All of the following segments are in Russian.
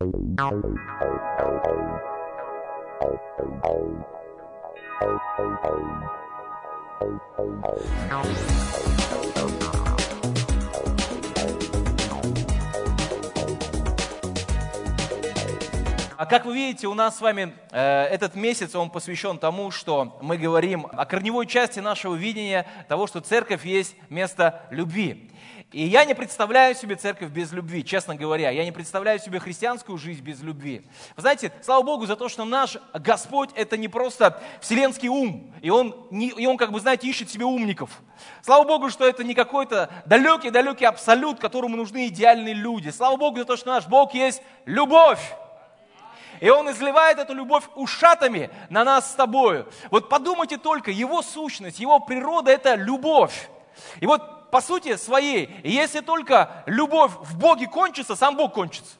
А как вы видите, у нас с вами этот месяц, он посвящен тому, что мы говорим о корневой части нашего видения того, что церковь есть место любви. И я не представляю себе церковь без любви, честно говоря. Я не представляю себе христианскую жизнь без любви. Вы знаете, слава Богу за то, что наш Господь – это не просто вселенский ум, и он как бы, знаете, ищет себе умников. Слава Богу, что это не какой-то далекий-далекий абсолют, которому нужны идеальные люди. Слава Богу за то, что наш Бог есть любовь. И Он изливает эту любовь ушатами на нас с тобою. Вот подумайте только, Его сущность, Его природа – это любовь. И вот по сути своей, если только любовь в Боге кончится, сам Бог кончится.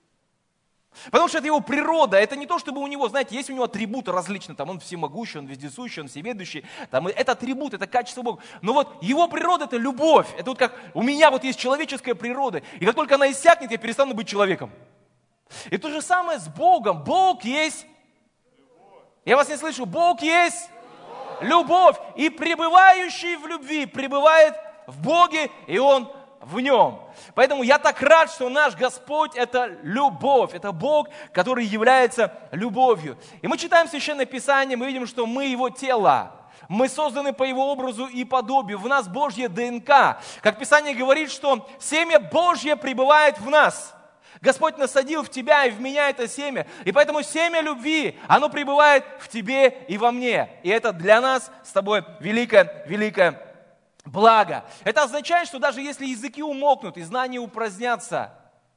Потому что это Его природа, это не то, чтобы у Него, знаете, есть у Него атрибуты различные, там Он всемогущий, Он вездесущий, Он всеведущий, там, это атрибут, это качество Бога. Но вот Его природа – это любовь, это вот как у меня вот есть человеческая природа, и как только она иссякнет, я перестану быть человеком. И то же самое с Богом. Бог есть любовь. Я вас не слышу. Бог есть любовь. И пребывающий в любви пребывает в Боге, и Он в Нем. Поэтому я так рад, что наш Господь – это любовь. Это Бог, который является любовью. И мы читаем Священное Писание, мы видим, что мы Его тело. Мы созданы по Его образу и подобию. В нас Божья ДНК. Как Писание говорит, что семя Божье пребывает в нас. Господь насадил в тебя и в меня это семя. И поэтому семя любви, оно пребывает в тебе и во мне. И это для нас с тобой великое благо. Это означает, что даже если языки умолкнут и знания упразднятся,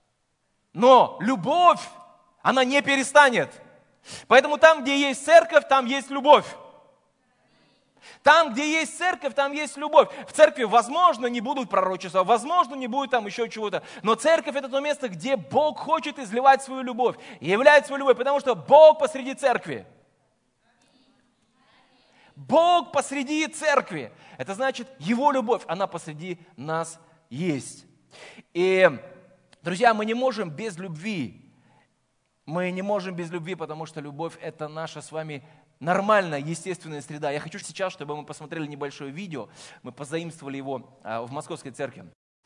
но любовь, она не перестанет. Поэтому там, где есть церковь, там есть любовь. Там, где есть церковь, там есть любовь. В церкви, возможно, не будут пророчества, возможно, не будет там еще чего-то. Но церковь – это то место, где Бог хочет изливать свою любовь. И являет свою любовь, потому что Бог посреди церкви. Бог посреди церкви. Это значит, Его любовь, она посреди нас есть. И, друзья, мы не можем без любви. Мы не можем без любви, потому что любовь – это наша с вами нормальная, естественная среда. Я хочу сейчас, чтобы мы посмотрели небольшое видео. Мы позаимствовали его в Московской церкви.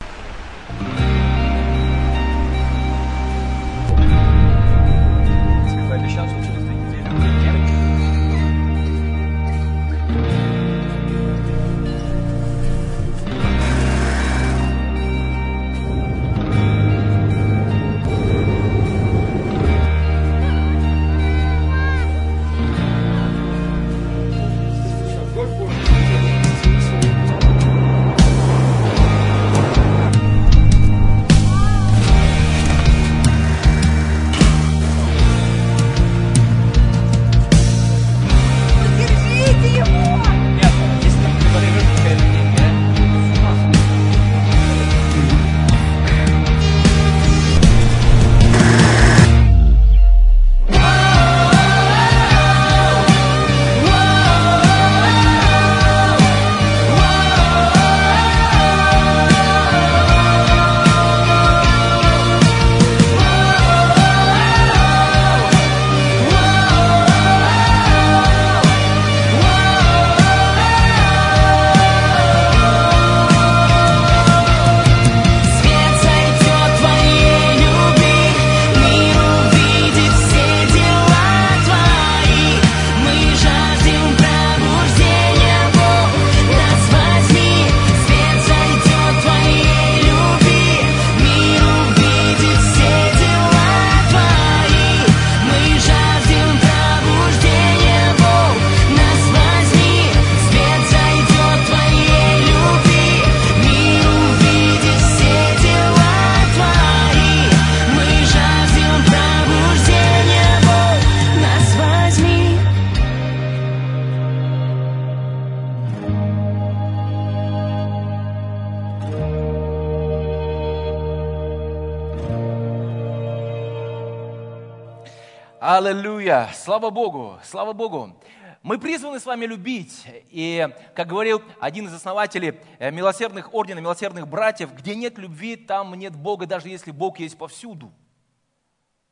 Аллилуйя! Слава Богу! Слава Богу! Мы призваны с вами любить. И, как говорил один из основателей милосердных ордена, милосердных братьев, где нет любви, там нет Бога, даже если Бог есть повсюду.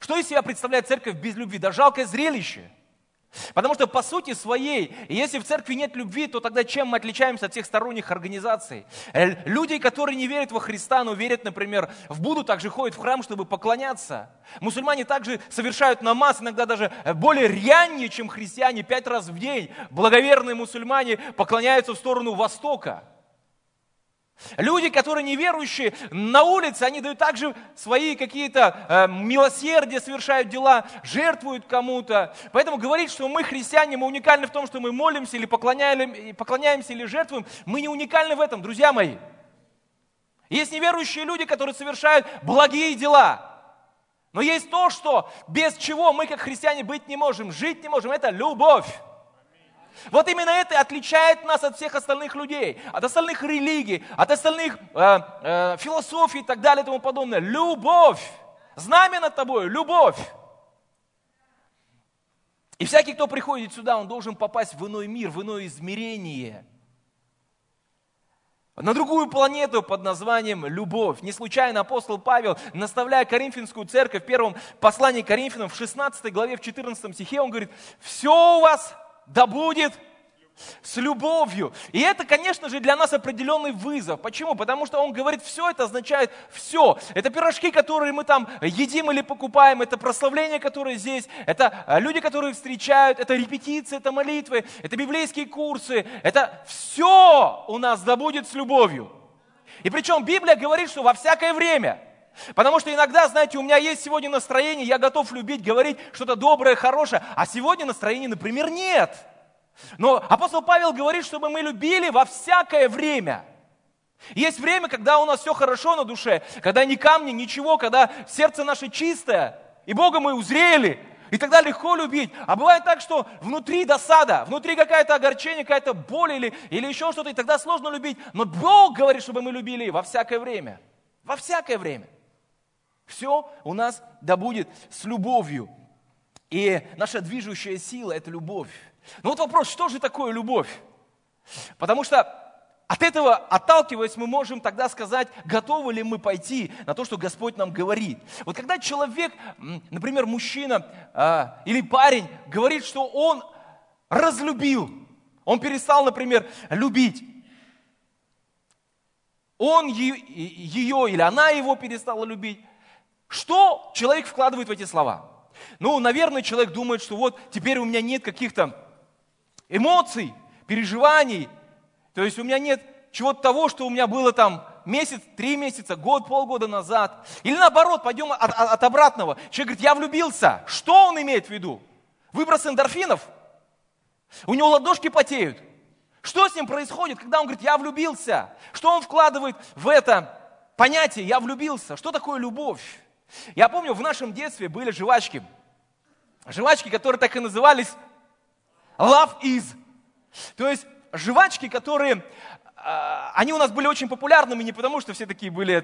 Что из себя представляет церковь без любви? Да жалкое зрелище. Потому что по сути своей, если в церкви нет любви, то тогда чем мы отличаемся от всех сторонних организаций? Люди, которые не верят во Христа, но верят, например, в Будду, также ходят в храм, чтобы поклоняться. Мусульмане также совершают намаз, иногда даже более рьянее, чем христиане, 5 раз в день. Благоверные мусульмане поклоняются в сторону Востока. Люди, которые неверующие, на улице, они дают также свои какие-то милосердия, совершают дела, жертвуют кому-то. Поэтому говорить, что мы христиане, мы уникальны в том, что мы молимся или поклоняемся или жертвуем, мы не уникальны в этом, друзья мои. Есть неверующие люди, которые совершают благие дела. Но есть то, что без чего мы, как христиане, быть не можем, жить не можем, это любовь. Вот именно это отличает нас от всех остальных людей, от остальных религий, от остальных философий и так далее и тому подобное. Любовь. Знамя над тобой, любовь. И всякий, кто приходит сюда, он должен попасть в иной мир, в иное измерение. На другую планету под названием любовь. Не случайно апостол Павел, наставляя Коринфянскую церковь в первом послании к Коринфянам в 16 главе, в 14 стихе, он говорит: все у вас да будет с любовью. И это, конечно же, для нас определенный вызов. Почему? Потому что он говорит, все это означает все. Это пирожки, которые мы там едим или покупаем, это прославление, которое здесь, это люди, которые встречают, это репетиции, это молитвы, это библейские курсы, это все у нас да будет с любовью. И причем Библия говорит, что во всякое время. Потому что иногда, знаете, у меня есть сегодня настроение, я готов любить, говорить что-то доброе, хорошее, а сегодня настроения, например, нет. Но апостол Павел говорит, чтобы мы любили во всякое время. Есть время, когда у нас все хорошо на душе, когда ни камни, ничего, когда сердце наше чистое, и Бога мы узрели, и тогда легко любить. А бывает так, что внутри досада, внутри какое-то огорчение, какая-то боль или еще что-то, и тогда сложно любить. Но Бог говорит, чтобы мы любили во всякое время. Во всякое время. Все у нас да будет с любовью. И наша движущая сила – это любовь. Но вот вопрос, что же такое любовь? Потому что от этого, отталкиваясь, мы можем тогда сказать, готовы ли мы пойти на то, что Господь нам говорит. Вот когда человек, например, мужчина или парень говорит, что он разлюбил, он перестал, например, любить, он ее или она его перестала любить, что человек вкладывает в эти слова? Ну, наверное, человек думает, что вот теперь у меня нет каких-то эмоций, переживаний, то есть у меня нет чего-то того, что у меня было там месяц, 3 месяца, год, полгода назад. Или наоборот, пойдем от обратного. Человек говорит, я влюбился. Что он имеет в виду? Выброс эндорфинов? У него ладошки потеют. Что с ним происходит, когда он говорит, я влюбился? Что он вкладывает в это понятие, я влюбился? Что такое любовь? Я помню, в нашем детстве были жвачки. Жвачки, которые так и назывались Love Is. То есть жвачки, которые, они у нас были очень популярными не потому, что все такие были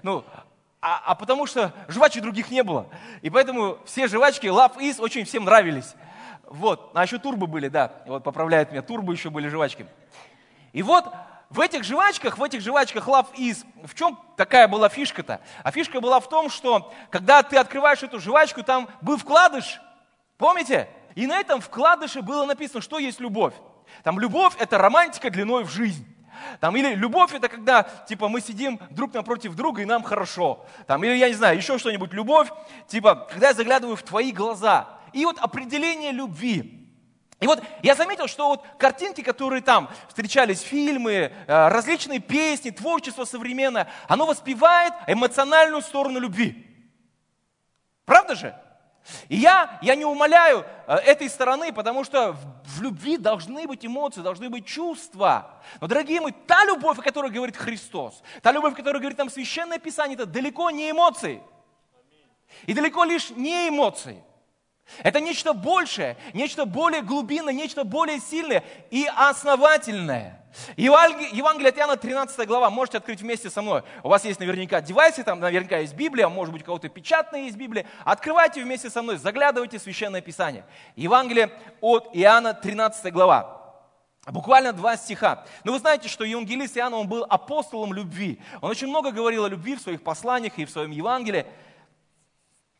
а потому что жвачек других не было. И поэтому все жвачки Love Is очень всем нравились. Вот. А еще турбо были, да. Вот поправляет меня, турбо еще были жвачки. И вот в этих жвачках Love Is, в чем такая была фишка-то? А фишка была в том, что когда ты открываешь эту жвачку, там был вкладыш, помните? И на этом вкладыше было написано, что есть любовь. Там любовь – это романтика длиной в жизнь. Там, или любовь – это когда типа, мы сидим друг напротив друга и нам хорошо. Там, или, я не знаю, еще что-нибудь. Любовь, типа, когда я заглядываю в твои глаза. И вот определение любви. И вот я заметил, что вот картинки, которые там встречались, фильмы, различные песни, творчество современное, оно воспевает эмоциональную сторону любви. Правда же? И я не умаляю этой стороны, потому что в любви должны быть эмоции, должны быть чувства. Но, дорогие мои, та любовь, о которой говорит Христос, та любовь, о которой говорит нам Священное Писание, это далеко не эмоции. И далеко лишь не эмоции. Это нечто большее, нечто более глубинное, нечто более сильное и основательное. Евангелие от Иоанна, 13 глава, можете открыть вместе со мной. У вас есть наверняка девайсы, там наверняка есть Библия, может быть, у кого-то печатная есть Библия. Открывайте вместе со мной, заглядывайте в Священное Писание. Евангелие от Иоанна, 13 глава. Буквально 2 стиха. Но вы знаете, что евангелист Иоанн, он был апостолом любви. Он очень много говорил о любви в своих посланиях и в своем Евангелии.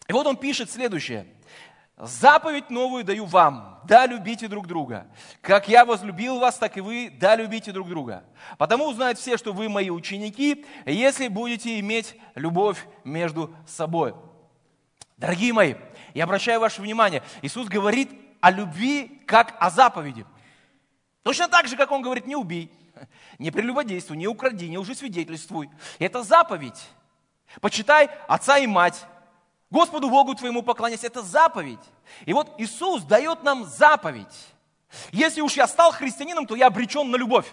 И вот он пишет следующее. «Заповедь новую даю вам, да любите друг друга. Как я возлюбил вас, так и вы, да любите друг друга. Потому узнают все, что вы мои ученики, если будете иметь любовь между собой». Дорогие мои, я обращаю ваше внимание, Иисус говорит о любви, как о заповеди. Точно так же, как Он говорит, не убей, не прелюбодействуй, не укради, не лжесвидетельствуй. Это заповедь. Почитай отца и мать. Господу Богу твоему поклоняйся. Это заповедь. И вот Иисус дает нам заповедь. Если уж я стал христианином, то я обречен на любовь.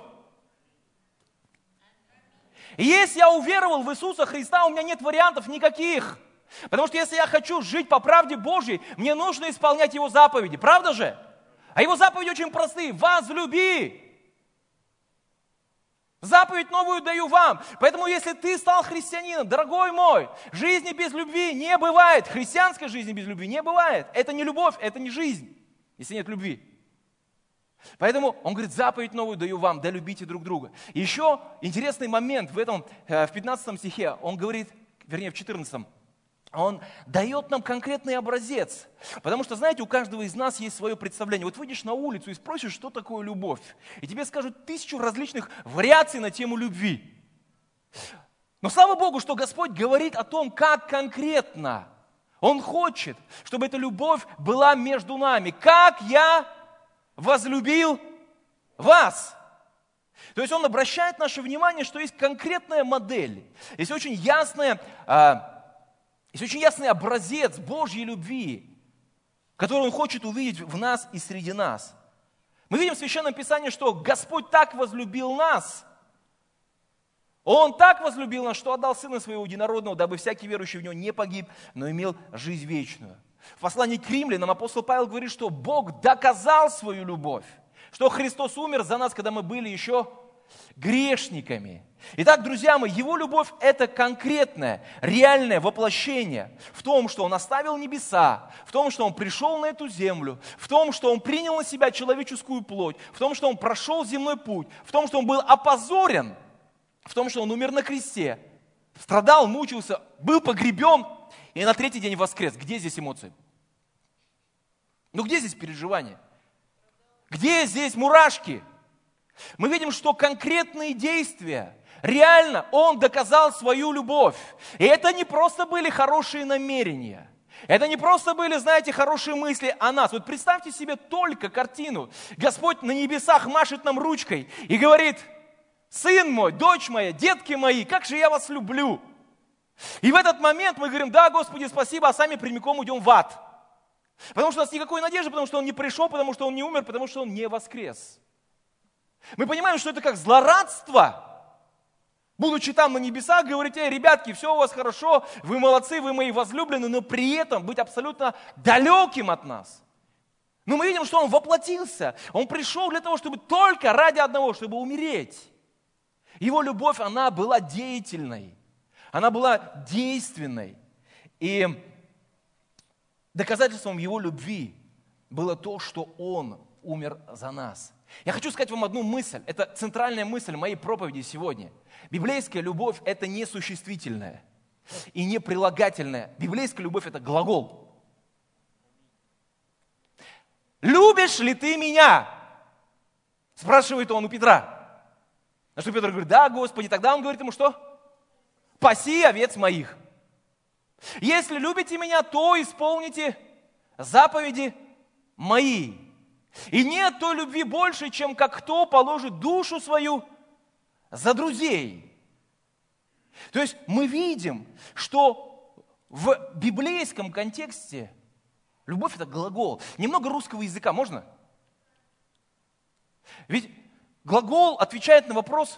И если я уверовал в Иисуса Христа, у меня нет вариантов никаких. Потому что если я хочу жить по правде Божьей, мне нужно исполнять Его заповеди. Правда же? А Его заповеди очень простые. Возлюби. Заповедь новую даю вам. Поэтому, если ты стал христианином, дорогой мой, жизни без любви не бывает. Христианской жизни без любви не бывает. Это не любовь, это не жизнь, если нет любви. Поэтому он говорит, заповедь новую даю вам, да любите друг друга. И еще интересный момент в 15 стихе, он говорит, вернее в 14, он дает нам конкретный образец. Потому что, знаете, у каждого из нас есть свое представление. Вот выйдешь на улицу и спросишь, что такое любовь. И тебе скажут 1000 различных вариаций на тему любви. Но слава Богу, что Господь говорит о том, как конкретно Он хочет, чтобы эта любовь была между нами. Как я возлюбил вас. То есть Он обращает наше внимание, что есть конкретная модель. Есть очень ясный образец Божьей любви, который Он хочет увидеть в нас и среди нас. Мы видим в Священном Писании, что Господь так возлюбил нас. Он так возлюбил нас, что отдал Сына Своего Единородного, дабы всякий верующий в Него не погиб, но имел жизнь вечную. В послании к Римлянам апостол Павел говорит, что Бог доказал свою любовь, что Христос умер за нас, когда мы были еще грешниками. Итак, друзья мои, Его любовь – это конкретное, реальное воплощение в том, что Он оставил небеса, в том, что Он пришел на эту землю, в том, что Он принял на себя человеческую плоть, в том, что Он прошел земной путь, в том, что Он был опозорен, в том, что Он умер на кресте, страдал, мучился, был погребен и на третий день воскрес. Где здесь эмоции? Ну где здесь переживания? Где здесь мурашки? Мы видим, что конкретные действия, реально Он доказал свою любовь. И это не просто были хорошие намерения. Это не просто были, знаете, хорошие мысли о нас. Вот представьте себе только картину. Господь на небесах машет нам ручкой и говорит: сын мой, дочь моя, детки мои, как же я вас люблю. И в этот момент мы говорим: да, Господи, спасибо, а сами прямиком идем в ад. Потому что у нас никакой надежды, потому что Он не пришел, потому что Он не умер, потому что Он не воскрес. Мы понимаем, что это как злорадство, будучи там на небесах, говорить: эй, ребятки, все у вас хорошо, вы молодцы, вы мои возлюбленные, но при этом быть абсолютно далеким от нас. Но мы видим, что Он воплотился, Он пришел для того, чтобы только ради одного, чтобы умереть. Его любовь, она была деятельной, она была действенной. И доказательством Его любви было то, что Он умер за нас. Я хочу сказать вам одну мысль, это центральная мысль моей проповеди сегодня. Библейская любовь – это не существительное и не прилагательное. Библейская любовь – это глагол. «Любишь ли ты меня?» – спрашивает он у Петра. На что Петр говорит: да, Господи. Тогда он говорит ему что? «Паси овец моих». Если любите меня, то исполните заповеди мои. И нет той любви больше, чем как кто положит душу свою за друзей. То есть мы видим, что в библейском контексте любовь – это глагол. Немного русского языка можно? Ведь глагол отвечает на вопрос,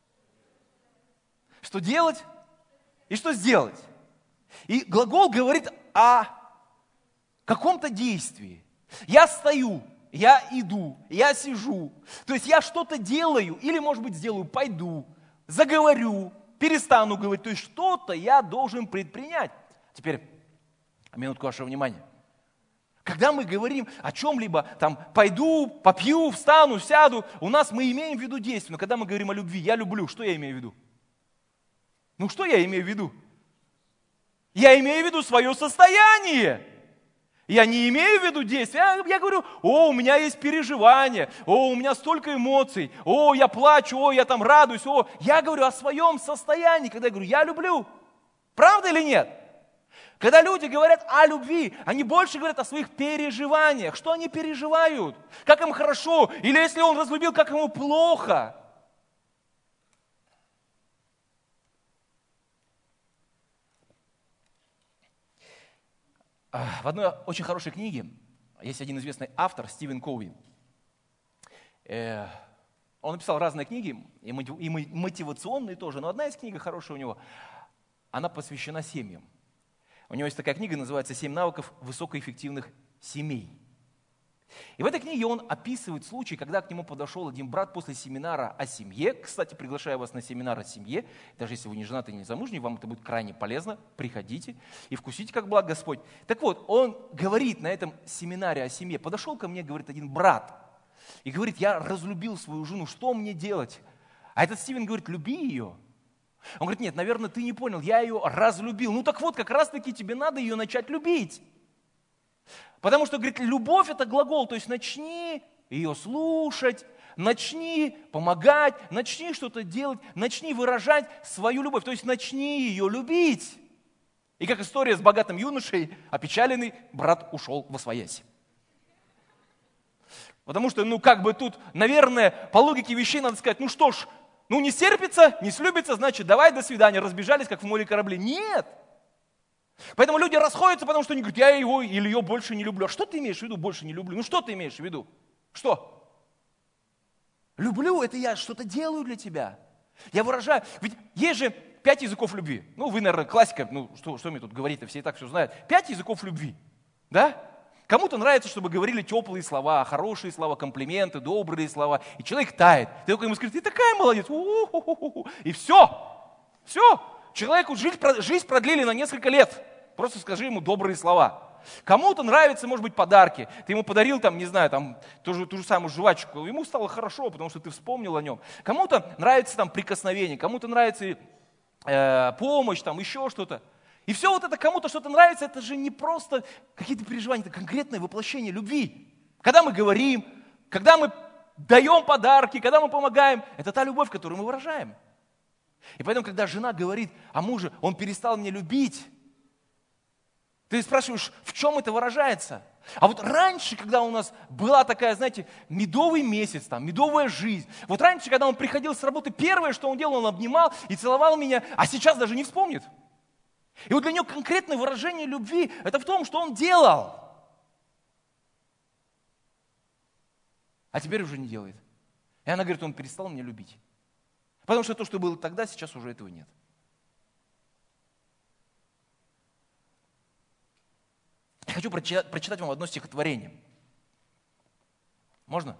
что делать и что сделать. И глагол говорит о каком-то действии. Я стою, я иду, я сижу. То есть я что-то делаю, или, может быть, сделаю, пойду, заговорю, перестану говорить. То есть что-то я должен предпринять. Теперь минутку вашего внимания. Когда мы говорим о чем-либо, там, пойду, попью, встану, сяду, у нас мы имеем в виду действие. Но когда мы говорим о любви, я люблю, что я имею в виду? Ну, что я имею в виду? Я имею в виду свое состояние. Я не имею в виду действия. Я говорю, у меня есть переживания, у меня столько эмоций, я плачу, я там радуюсь, Я говорю о своем состоянии, когда я говорю, я люблю. Правда или нет? Когда люди говорят о любви, они больше говорят о своих переживаниях. Что они переживают? Как им хорошо? Или если он разлюбил, как ему плохо? В одной очень хорошей книге есть один известный автор, Стивен Коуи. Он написал разные книги, и мотивационные тоже, но одна из книг хорошая у него, она посвящена семьям. У него есть такая книга, называется «7 навыков высокоэффективных семей». И в этой книге он описывает случай, когда к нему подошел один брат после семинара о семье. Кстати, приглашаю вас на семинар о семье. Даже если вы не женаты и не замужний, вам это будет крайне полезно. Приходите и вкусите, как благ Господь. Так вот, он говорит на этом семинаре о семье. Подошел ко мне, говорит, один брат. И говорит, я разлюбил свою жену, что мне делать? А этот Стивен говорит, люби ее. Он говорит, нет, наверное, ты не понял, я ее разлюбил. Ну так вот, как раз-таки тебе надо ее начать любить. Потому что, говорит, любовь – это глагол, то есть начни ее слушать, начни помогать, начни что-то делать, начни выражать свою любовь, то есть начни ее любить. И как история с богатым юношей, опечаленный брат ушел восвояси. Потому что, тут, наверное, по логике вещей надо сказать, ну что ж, не стерпится, не слюбится, значит, давай, до свидания, разбежались, как в море корабли. Нет! Поэтому люди расходятся, потому что они говорят, я его или ее больше не люблю. А что ты имеешь в виду, больше не люблю? Что ты имеешь в виду? Что? Люблю, это я что-то делаю для тебя. Я выражаю, ведь есть же 5 языков любви. Вы, наверное, классика, что мне тут говорить-то, все и так все знают. 5 языков любви, да? Кому-то нравится, чтобы говорили теплые слова, хорошие слова, комплименты, добрые слова. И человек тает. Ты только ему скажешь, ты такая молодец. И все. Человеку жизнь продлили на несколько лет. Просто скажи ему добрые слова. Кому-то нравятся, может быть, подарки. Ты ему подарил, ту же самую жвачку. Ему стало хорошо, потому что ты вспомнил о нем. Кому-то нравится прикосновение, кому-то нравится помощь, еще что-то. И все это кому-то что-то нравится, это же не просто какие-то переживания, это конкретное воплощение любви. Когда мы говорим, когда мы даем подарки, когда мы помогаем, это та любовь, которую мы выражаем. И поэтому, когда жена говорит о муже, он перестал меня любить, ты спрашиваешь, в чем это выражается? А вот раньше, когда у нас была такая, медовый месяц, медовая жизнь, вот раньше, когда он приходил с работы, первое, что он делал, он обнимал и целовал меня, а сейчас даже не вспомнит. И вот для него конкретное выражение любви, это в том, что он делал. А теперь уже не делает. И она говорит, он перестал меня любить. Потому что то, что было тогда, сейчас уже этого нет. Я хочу прочитать вам одно стихотворение. Можно?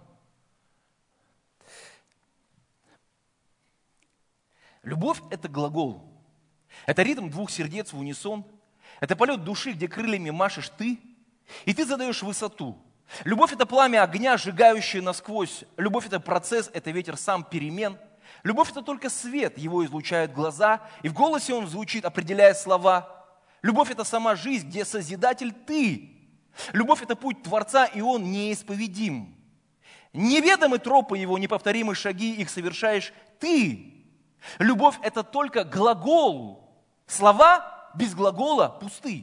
Любовь – это глагол. Это ритм 2 сердец в унисон. Это полет души, где крыльями машешь ты, и ты задаешь высоту. Любовь – это пламя огня, сжигающее насквозь. Любовь – это процесс, это ветер сам перемен. Любовь – это только свет, его излучают глаза, и в голосе он звучит, определяя слова. Любовь – это сама жизнь, где Созидатель ты. Любовь – это путь Творца, и он неисповедим. Неведомы тропы его, неповторимы шаги, их совершаешь ты. Любовь – это только глагол. Слова без глагола пусты.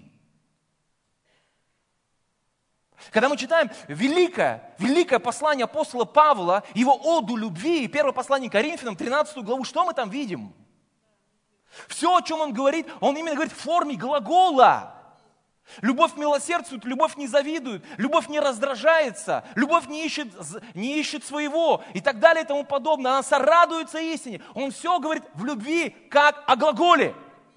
Когда мы читаем великое послание апостола Павла, его оду любви, первое послание Коринфянам, 13 главу, что мы там видим? Все, о чем он говорит, он именно говорит в форме глагола. Любовь милосердствует, любовь не завидует, любовь не раздражается, любовь не ищет своего и так далее и тому подобное. Она сорадуется истине. Он все говорит в любви, как о глаголе.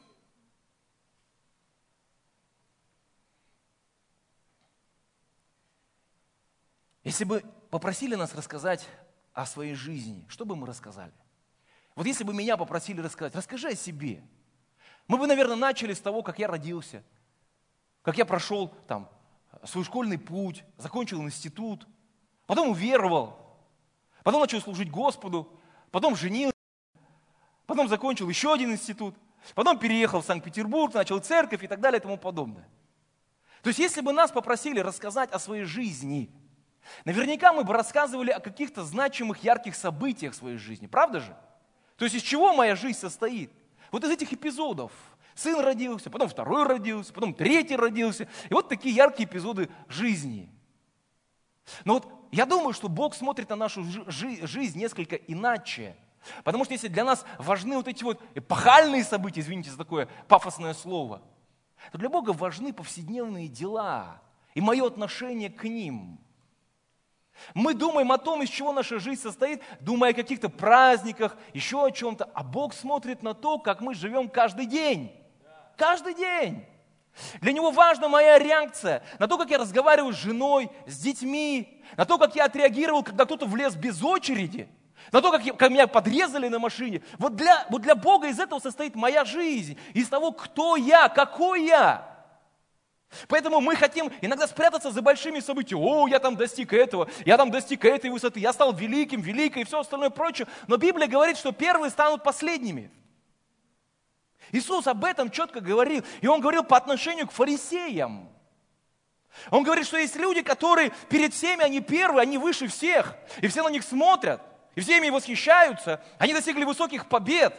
Если бы попросили нас рассказать о своей жизни, что бы мы рассказали? Вот если бы меня попросили рассказать, расскажи о себе. Мы бы, наверное, начали с того, как я родился, как я прошел свой школьный путь, закончил институт, потом уверовал, потом начал служить Господу, потом женился, потом закончил еще один институт, потом переехал в Санкт-Петербург, начал церковь и так далее и тому подобное. То есть, если бы нас попросили рассказать о своей жизни, наверняка мы бы рассказывали о каких-то значимых, ярких событиях в своей жизни. Правда же? То есть, из чего моя жизнь состоит? Вот из этих эпизодов. Сын родился, потом второй родился, потом третий родился. И вот такие яркие эпизоды жизни. Но вот я думаю, что Бог смотрит на нашу жизнь несколько иначе. Потому что если для нас важны вот эти вот эпохальные события, извините за такое пафосное слово, то для Бога важны повседневные дела и мое отношение к ним. Мы думаем о том, из чего наша жизнь состоит, думая о каких-то праздниках, еще о чем-то, а Бог смотрит на то, как мы живем каждый день. Каждый день. Для Него важна моя реакция на то, как я разговариваю с женой, с детьми, на то, как я отреагировал, когда кто-то влез без очереди, на то, как меня подрезали на машине. Вот для Бога из этого состоит моя жизнь, из того, кто я, какой я. Поэтому мы хотим иногда спрятаться за большими событиями. О, я там достиг этого, я там достиг этой высоты, я стал великим, великой и все остальное прочее. Но Библия говорит, что первые станут последними. Иисус об этом четко говорил. И Он говорил по отношению к фарисеям. Он говорит, что есть люди, которые перед всеми, они первые, они выше всех. И все на них смотрят, и все ими восхищаются. Они достигли высоких побед.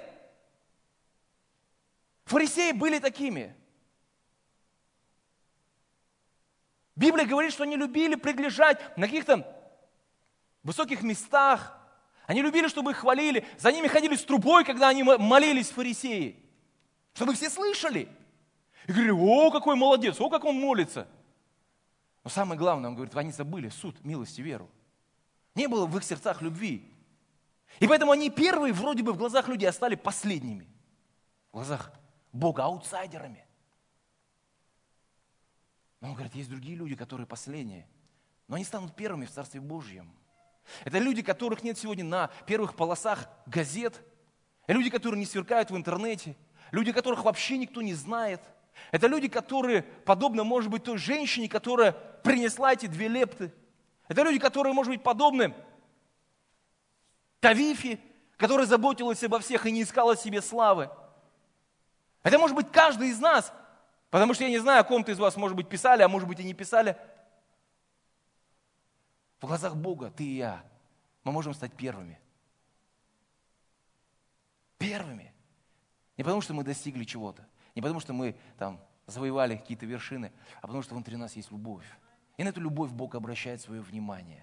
Фарисеи были такими. Библия говорит, что они любили принадлежать на каких-то высоких местах. Они любили, чтобы их хвалили. За ними ходили с трубой, когда они молились, фарисеи. Чтобы все слышали. И говорили, о, какой молодец, о, как он молится. Но самое главное, он говорит, они забыли суд, милость и веру. Не было в их сердцах любви. И поэтому они первые вроде бы в глазах людей, а стали последними. В глазах Бога аутсайдерами. Но он говорит, есть другие люди, которые последние, но они станут первыми в Царстве Божьем. Это люди, которых нет сегодня на первых полосах газет, люди, которые не сверкают в интернете, люди, которых вообще никто не знает. Это люди, которые, подобно, может быть, той женщине, которая принесла эти 2 лепты. Это люди, которые, может быть, подобны Тавифе, которая заботилась обо всех и не искала себе славы. Это может быть каждый из нас. Потому что я не знаю, о ком-то из вас, может быть, писали, а может быть, и не писали. В глазах Бога ты и я, мы можем стать первыми. Первыми. Не потому, что мы достигли чего-то, не потому, что мы там завоевали какие-то вершины, а потому, что внутри нас есть любовь. И на эту любовь Бог обращает свое внимание.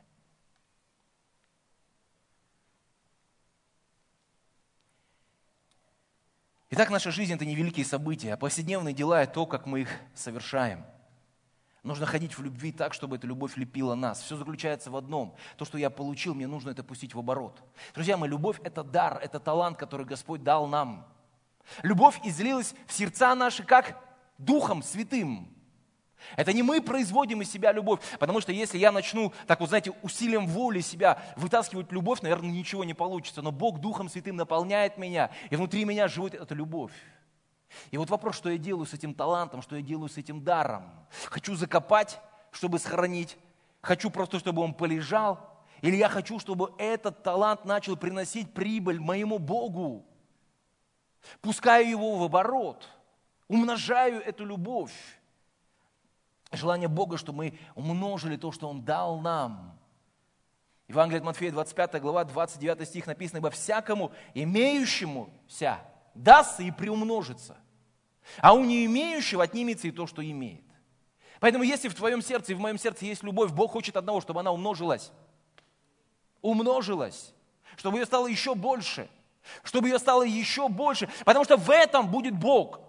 Итак, наша жизнь – это не великие события, а повседневные дела – это то, как мы их совершаем. Нужно ходить в любви так, чтобы эта любовь лепила нас. Все заключается в одном. То, что я получил, мне нужно это пустить в оборот. Друзья мои, любовь – это дар, это талант, который Господь дал нам. Любовь излилась в сердца наши как Духом Святым. Это не мы производим из себя любовь, потому что если я начну, так вот знаете, усилием воли себя вытаскивать любовь, наверное, ничего не получится. Но Бог Духом Святым наполняет меня, и внутри меня живет эта любовь. И вот вопрос, что я делаю с этим талантом, что я делаю с этим даром. Хочу закопать, чтобы сохранить, хочу просто, чтобы он полежал, или я хочу, чтобы этот талант начал приносить прибыль моему Богу. Пускаю его в оборот, умножаю эту любовь. Желание Бога, чтобы мы умножили то, что Он дал нам. Евангелие от Матфея, 25 глава, 29 стих написано: «Ибо всякому имеющемуся дастся и приумножится, а у не имеющего отнимется и то, что имеет». Поэтому если в твоем сердце и в моем сердце есть любовь, Бог хочет одного, чтобы она умножилась. Умножилась. Чтобы ее стало еще больше. Чтобы ее стало еще больше. Потому что в этом будет Бог.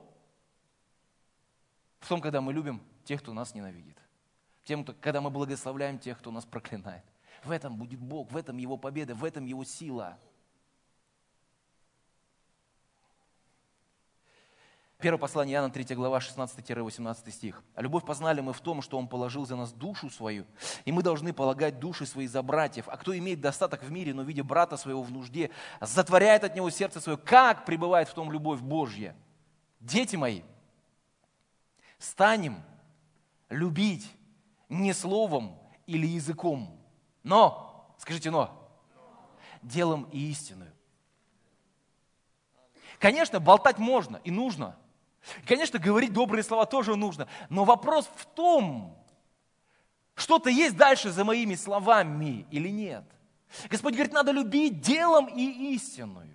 В том, когда мы любим тех, кто нас ненавидит. Когда мы благословляем тех, кто нас проклинает. В этом будет Бог, в этом Его победа, в этом Его сила. Первое послание Иоанна, 3 глава, 16-18 стих. «А любовь познали мы в том, что Он положил за нас душу свою, и мы должны полагать души свои за братьев. А кто имеет достаток в мире, но видя брата своего в нужде, затворяет от него сердце свое, как пребывает в том любовь Божья? Дети мои, станем любить не словом или языком, но, скажите, но, делом и истиною». Конечно, болтать можно и нужно. И, конечно, говорить добрые слова тоже нужно. Но вопрос в том, что-то есть дальше за моими словами или нет. Господь говорит, надо любить делом и истиною.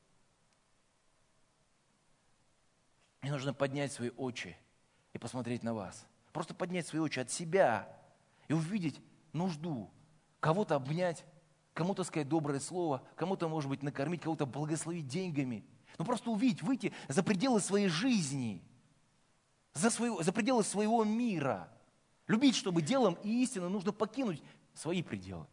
Мне нужно поднять свои очи и посмотреть на вас. Просто поднять свои очи от себя и увидеть нужду. Кого-то обнять, кому-то сказать доброе слово, кому-то, может быть, накормить, кого-то благословить деньгами. Ну просто увидеть, выйти за пределы своей жизни, за пределы своего мира. Любить, чтобы делом и истиной нужно покинуть свои пределы.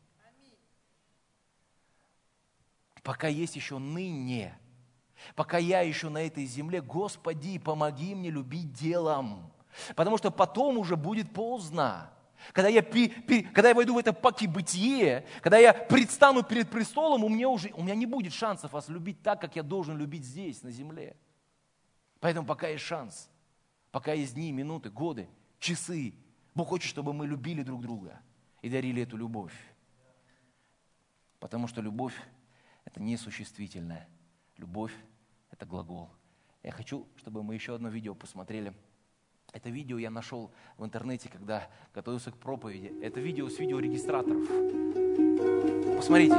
Пока есть еще ныне, пока я еще на этой земле, Господи, помоги мне любить делом. Потому что потом уже будет поздно. Когда я войду в это покибытие, когда я предстану перед престолом, у меня не будет шансов вас любить так, как я должен любить здесь, на земле. Поэтому пока есть шанс, пока есть дни, минуты, годы, часы, Бог хочет, чтобы мы любили друг друга и дарили эту любовь. Потому что любовь – это не существительное. Любовь – это глагол. Я хочу, чтобы мы еще одно видео посмотрели. Это видео я нашел в интернете, когда готовился к проповеди. Это видео с видеорегистраторов. Посмотрите.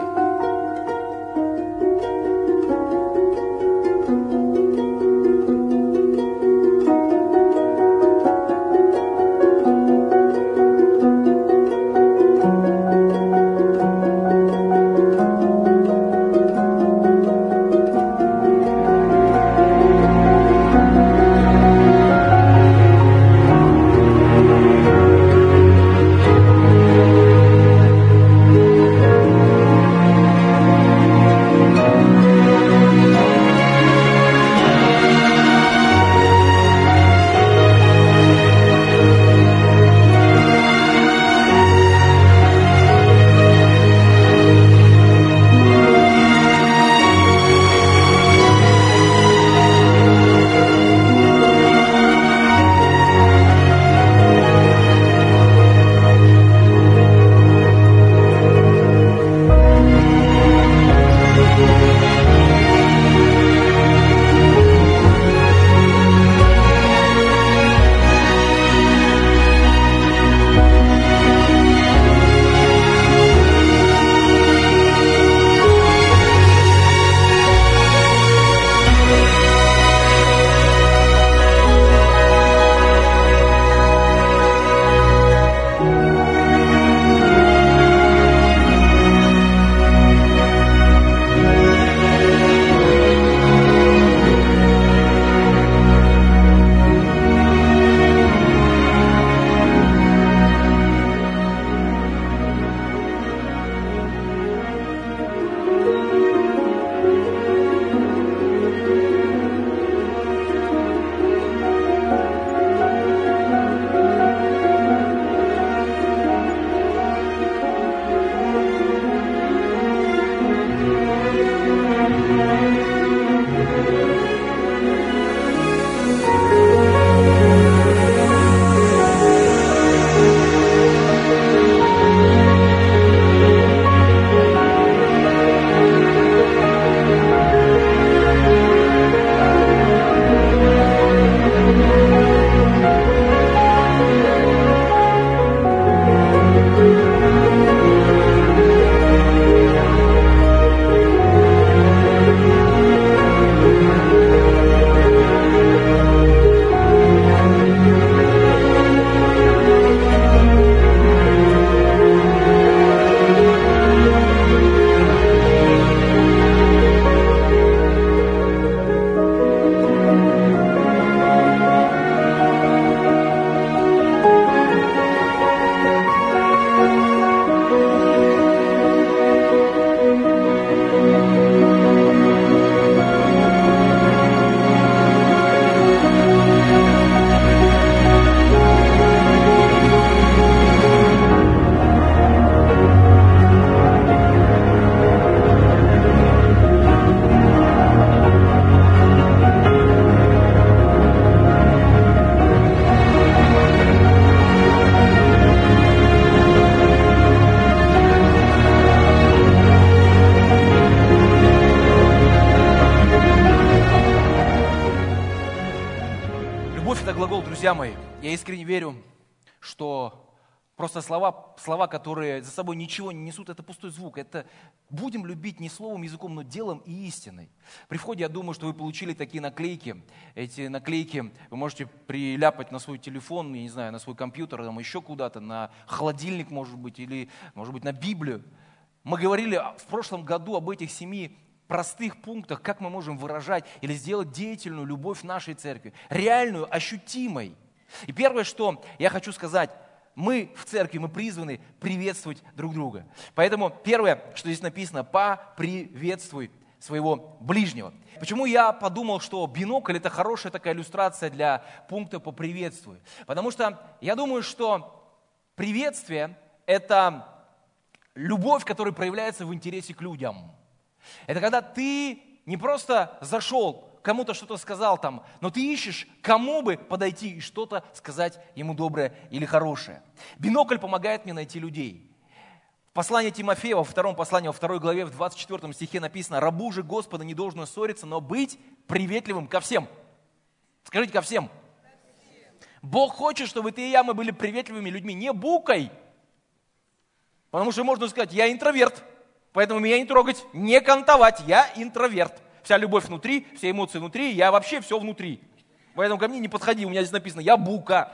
Друзья мои, я искренне верю, что просто слова, которые за собой ничего не несут, это пустой звук. Это будем любить не словом, языком, но делом и истиной. При входе я думаю, что вы получили такие наклейки. Эти наклейки вы можете приляпать на свой телефон, я не знаю, на свой компьютер, там еще куда-то, на холодильник, может быть, или, может быть, на Библию. Мы говорили в прошлом году об этих 7 простых пунктах, как мы можем выражать или сделать деятельную любовь в нашей церкви, реальную, ощутимой. И первое, что я хочу сказать, мы в церкви, мы призваны приветствовать друг друга. Поэтому первое, что здесь написано, поприветствуй своего ближнего. Почему я подумал, что бинокль – это хорошая такая иллюстрация для пункта «поприветствуй»? Потому что я думаю, что приветствие – это любовь, которая проявляется в интересе к людям. Это когда ты не просто зашел, кому-то что-то сказал там, но ты ищешь, кому бы подойти и что-то сказать ему доброе или хорошее. Бинокль помогает мне найти людей. В послании Тимофея, во втором послании, во 2 главе, в 24 стихе написано: «Рабу же Господа не должно ссориться, но быть приветливым ко всем». Скажите, ко всем. Бог хочет, чтобы ты и я, мы были приветливыми людьми, не букой. Потому что можно сказать: я интроверт. Поэтому меня не трогать, не кантовать, я интроверт. Вся любовь внутри, все эмоции внутри, я вообще все внутри. Поэтому ко мне не подходи, у меня здесь написано: я бука.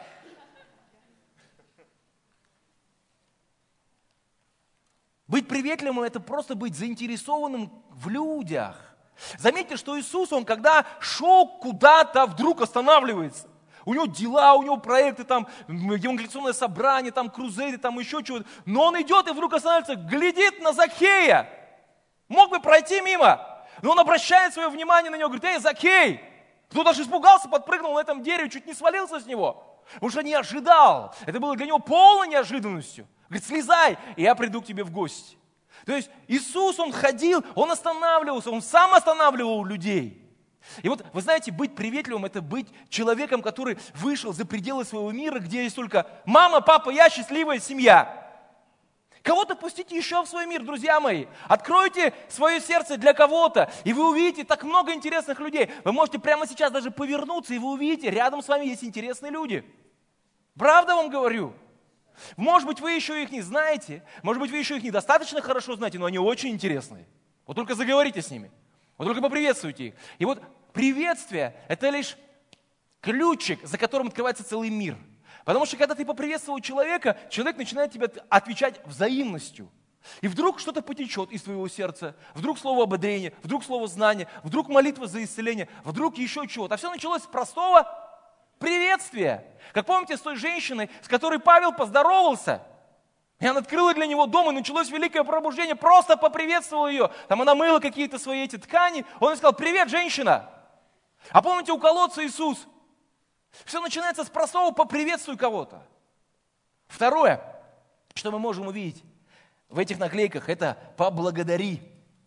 Быть приветливым – это просто быть заинтересованным в людях. Заметьте, что Иисус, Он когда шел куда-то, вдруг останавливается. У него дела, у него проекты, там, евангелиционное собрание, там, крузейды, там, еще чего-то. Но он идет и вдруг останавливается, глядит на Закхея. Мог бы пройти мимо, но он обращает свое внимание на него, говорит: эй, Закхей! Кто-то аж испугался, подпрыгнул на этом дереве, чуть не свалился с него. Потому что не ожидал. Это было для него полной неожиданностью. Говорит: слезай, и я приду к тебе в гости. То есть Иисус, Он ходил, Он останавливался, Он сам останавливал людей. И вот, вы знаете, быть приветливым – это быть человеком, который вышел за пределы своего мира, где есть только мама, папа, я, счастливая семья. Кого-то пустите еще в свой мир, друзья мои. Откройте свое сердце для кого-то, и вы увидите так много интересных людей. Вы можете прямо сейчас даже повернуться, и вы увидите, рядом с вами есть интересные люди. Правда вам говорю? Может быть, вы еще их не знаете, может быть, вы еще их недостаточно хорошо знаете, но они очень интересные. Вот только заговорите с ними. Вот только поприветствуйте их. И вот приветствие – это лишь ключик, за которым открывается целый мир. Потому что когда ты поприветствовал человека, человек начинает тебе отвечать взаимностью. И вдруг что-то потечет из твоего сердца, вдруг слово ободрения, вдруг слово знания, вдруг молитва за исцеление, вдруг еще чего-то. А все началось с простого приветствия. Как помните, с той женщиной, с которой Павел поздоровался. И она открыла для него дом, и началось великое пробуждение, просто поприветствовал ее. Там она мыла какие-то свои эти ткани. Он ей сказал: привет, женщина. А помните, у колодца Иисус? Все начинается с простого: поприветствуй кого-то. Второе, что мы можем увидеть в этих наклейках, это поблагодари.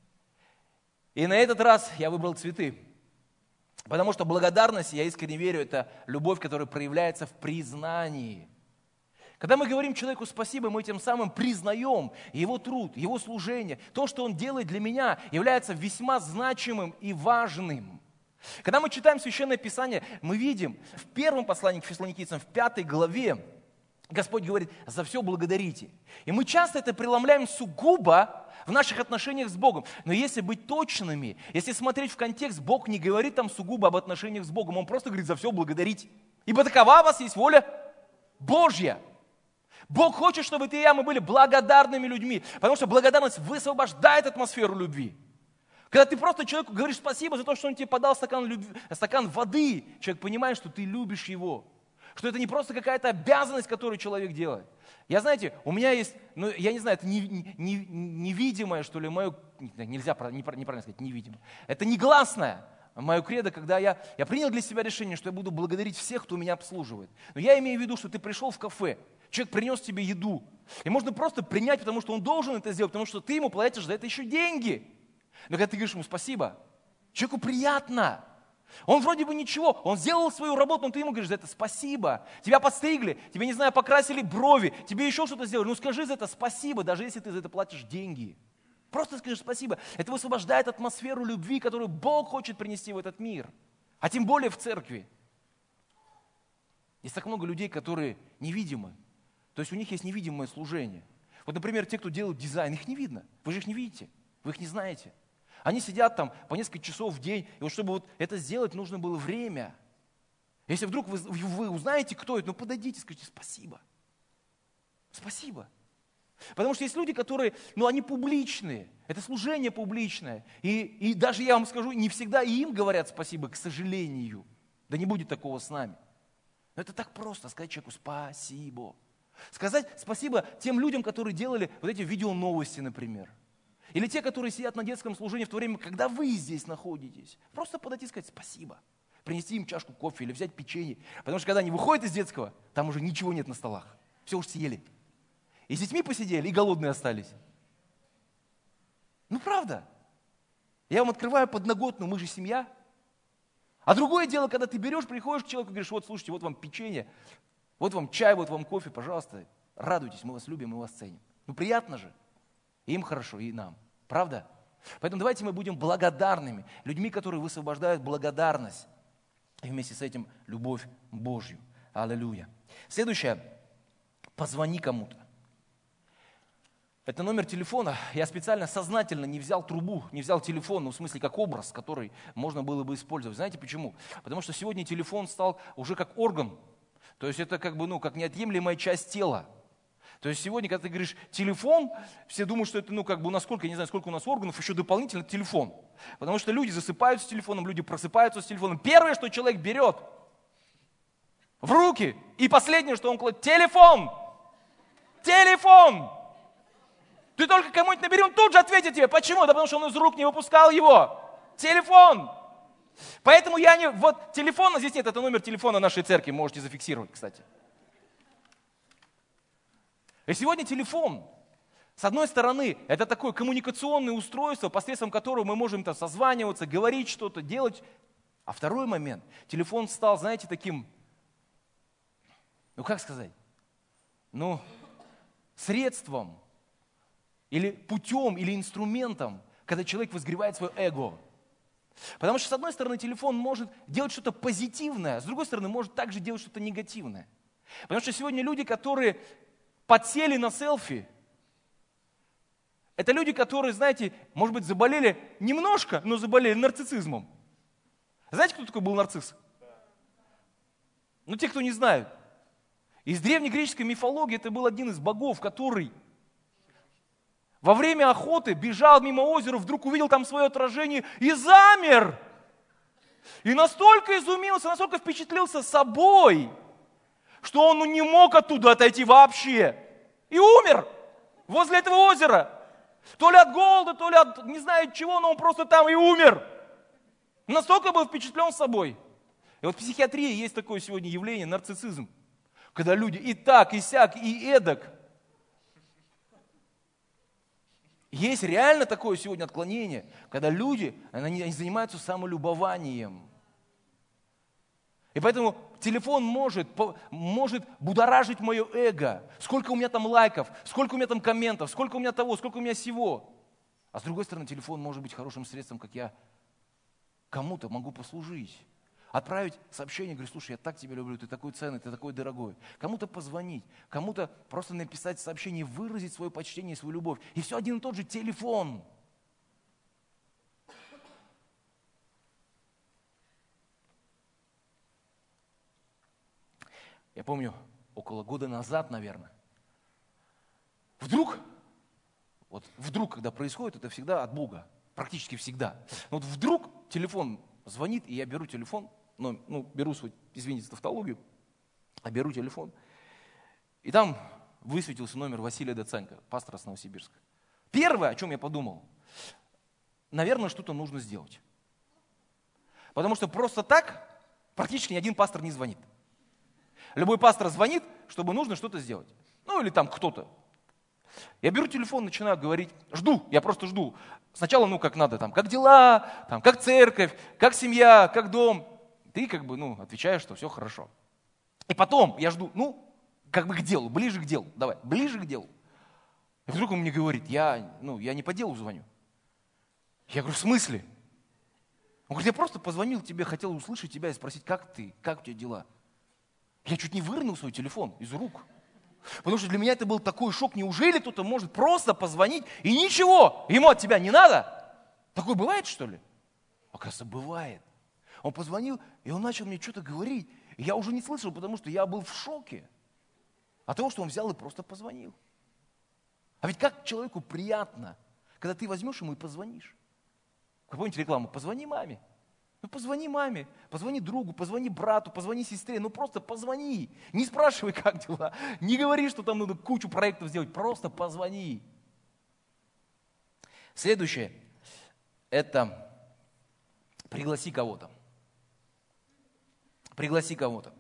И на этот раз я выбрал цветы. Потому что благодарность, я искренне верю, это любовь, которая проявляется в признании. Когда мы говорим человеку спасибо, мы тем самым признаем его труд, его служение. То, что он делает для меня, является весьма значимым и важным. Когда мы читаем Священное Писание, мы видим в первом послании к Фессалоникийцам, в 5 главе, Господь говорит: за все благодарите. И мы часто это преломляем сугубо в наших отношениях с Богом. Но если быть точными, если смотреть в контекст, Бог не говорит там сугубо об отношениях с Богом. Он просто говорит: за все благодарите. Ибо такова у вас есть воля Божья. Бог хочет, чтобы ты и я, мы были благодарными людьми, потому что благодарность высвобождает атмосферу любви. Когда ты просто человеку говоришь спасибо за то, что он тебе подал стакан воды, человек понимает, что ты любишь его, что это не просто какая-то обязанность, которую человек делает. Знаете, у меня есть, я не знаю, это невидимое, что ли, мое, нельзя, неправильно сказать, невидимое, это негласное. Мое кредо, когда я принял для себя решение, что я буду благодарить всех, кто меня обслуживает. Но я имею в виду, что ты пришел в кафе, человек принес тебе еду. И можно просто принять, потому что он должен это сделать, потому что ты ему платишь за это еще деньги. Но когда ты говоришь ему спасибо, человеку приятно. Он вроде бы ничего, он сделал свою работу, но ты ему говоришь за это спасибо. Тебя подстригли, тебе, не знаю, покрасили брови, тебе еще что-то сделали. Ну скажи за это спасибо, даже если ты за это платишь деньги. Просто скажи спасибо. Это высвобождает атмосферу любви, которую Бог хочет принести в этот мир. А тем более в церкви. Есть так много людей, которые невидимы. То есть у них есть невидимое служение. Вот, например, те, кто делают дизайн, их не видно. Вы же их не видите, вы их не знаете. Они сидят там по несколько часов в день, и вот чтобы вот это сделать, нужно было время. Если вдруг вы узнаете, кто это, ну подойдите, скажите спасибо. Спасибо. Потому что есть люди, которые, они публичные, это служение публичное. И даже я вам скажу, не всегда и им говорят спасибо, к сожалению. Да не будет такого с нами. Но это так просто, сказать человеку спасибо. Сказать спасибо тем людям, которые делали вот эти видеоновости, например. Или те, которые сидят на детском служении в то время, когда вы здесь находитесь. Просто подойти и сказать спасибо. Принести им чашку кофе или взять печенье. Потому что когда они выходят из детского, там уже ничего нет на столах. Все уж съели. И с детьми посидели, и голодные остались. Ну правда. Я вам открываю подноготную, мы же семья. А другое дело, когда ты берешь, приходишь к человеку и говоришь, вот слушайте, вот вам печенье, вот вам чай, вот вам кофе, пожалуйста, радуйтесь, мы вас любим, мы вас ценим. Ну приятно же. И им хорошо, и нам. Правда? Поэтому давайте мы будем благодарными, людьми, которые высвобождают благодарность. И вместе с этим любовь Божью. Аллилуйя. Следующее. Позвони кому-то. Это номер телефона. Я специально, сознательно не взял трубу, не взял телефон, в смысле как образ, который можно было бы использовать. Знаете почему? Потому что сегодня телефон стал уже как орган. То есть это как неотъемлемая часть тела. То есть сегодня, когда ты говоришь телефон, все думают, что это, насколько, я не знаю, сколько у нас органов, еще дополнительно телефон. Потому что люди засыпают с телефоном, люди просыпаются с телефоном. Первое, что человек берет в руки, и последнее, что он кладет, телефон. Телефон. Ты только кому-нибудь набери, он тут же ответит тебе. Почему? Да потому что он из рук не выпускал его. Телефон. Поэтому вот телефона здесь нет, это номер телефона нашей церкви, можете зафиксировать, кстати. И сегодня телефон, с одной стороны, это такое коммуникационное устройство, посредством которого мы можем созваниваться, говорить что-то, делать. А второй момент, телефон стал, знаете, таким, средством, или путем, или инструментом, когда человек возгревает свое эго. Потому что, с одной стороны, телефон может делать что-то позитивное, с другой стороны, может также делать что-то негативное. Потому что сегодня люди, которые подсели на селфи, это люди, которые, знаете, может быть, заболели немножко, но заболели нарциссизмом. Знаете, кто такой был нарцисс? Те, кто не знают. Из древнегреческой мифологии это был один из богов, который во время охоты бежал мимо озера, вдруг увидел там свое отражение и замер. И настолько изумился, настолько впечатлился собой, что он не мог оттуда отойти вообще. И умер возле этого озера. То ли от голода, то ли от не знаю чего, но он просто там и умер. Настолько был впечатлен собой. И вот в психиатрии есть такое сегодня явление, нарциссизм. Когда люди и так, и сяк, и эдак. Есть реально такое сегодня отклонение, когда люди, они занимаются самолюбованием. И поэтому телефон может будоражить мое эго. Сколько у меня там лайков, сколько у меня там комментов, сколько у меня того, сколько у меня всего. А с другой стороны, телефон может быть хорошим средством, как я кому-то могу послужить. Отправить сообщение, говорю, слушай, я так тебя люблю, ты такой ценный, ты такой дорогой. Кому-то позвонить, кому-то просто написать сообщение, выразить свое почтение, свою любовь. И все один и тот же телефон. Я помню, около года назад, наверное, вдруг, когда происходит, это всегда от Бога, практически всегда. Но вот вдруг телефон звонит, и я беру телефон, беру свой, извините, тавтологию, беру телефон, и там высветился номер Василия Доценко, пастора с Новосибирска. Первое, о чем я подумал, наверное, что-то нужно сделать. Потому что просто так практически ни один пастор не звонит. Любой пастор звонит, чтобы нужно что-то сделать. Или там кто-то. Я беру телефон, начинаю говорить, я просто жду. Сначала, как надо, как дела, как церковь, как семья, как дом. Ты отвечаешь, что все хорошо. И потом я жду, к делу, ближе к делу, давай, ближе к делу. И вдруг он мне говорит, я не по делу звоню. Я говорю, в смысле? Он говорит, я просто позвонил тебе, хотел услышать тебя и спросить, как ты, как у тебя дела? Я чуть не выронил свой телефон из рук. Потому что для меня это был такой шок. Неужели кто-то может просто позвонить и ничего, ему от тебя не надо? Такое бывает, что ли? Оказывается, бывает. Он позвонил, и он начал мне что-то говорить. И я уже не слышал, потому что я был в шоке от того, что он взял и просто позвонил. А ведь как человеку приятно, когда ты возьмешь ему и позвонишь. Вы помните рекламу? Позвони маме. Ну позвони маме, позвони другу, позвони брату, позвони сестре. Ну просто позвони. Не спрашивай, как дела. Не говори, что там надо кучу проектов сделать. Просто позвони. Следующее – это пригласи кого-то. Пригласи кого-то.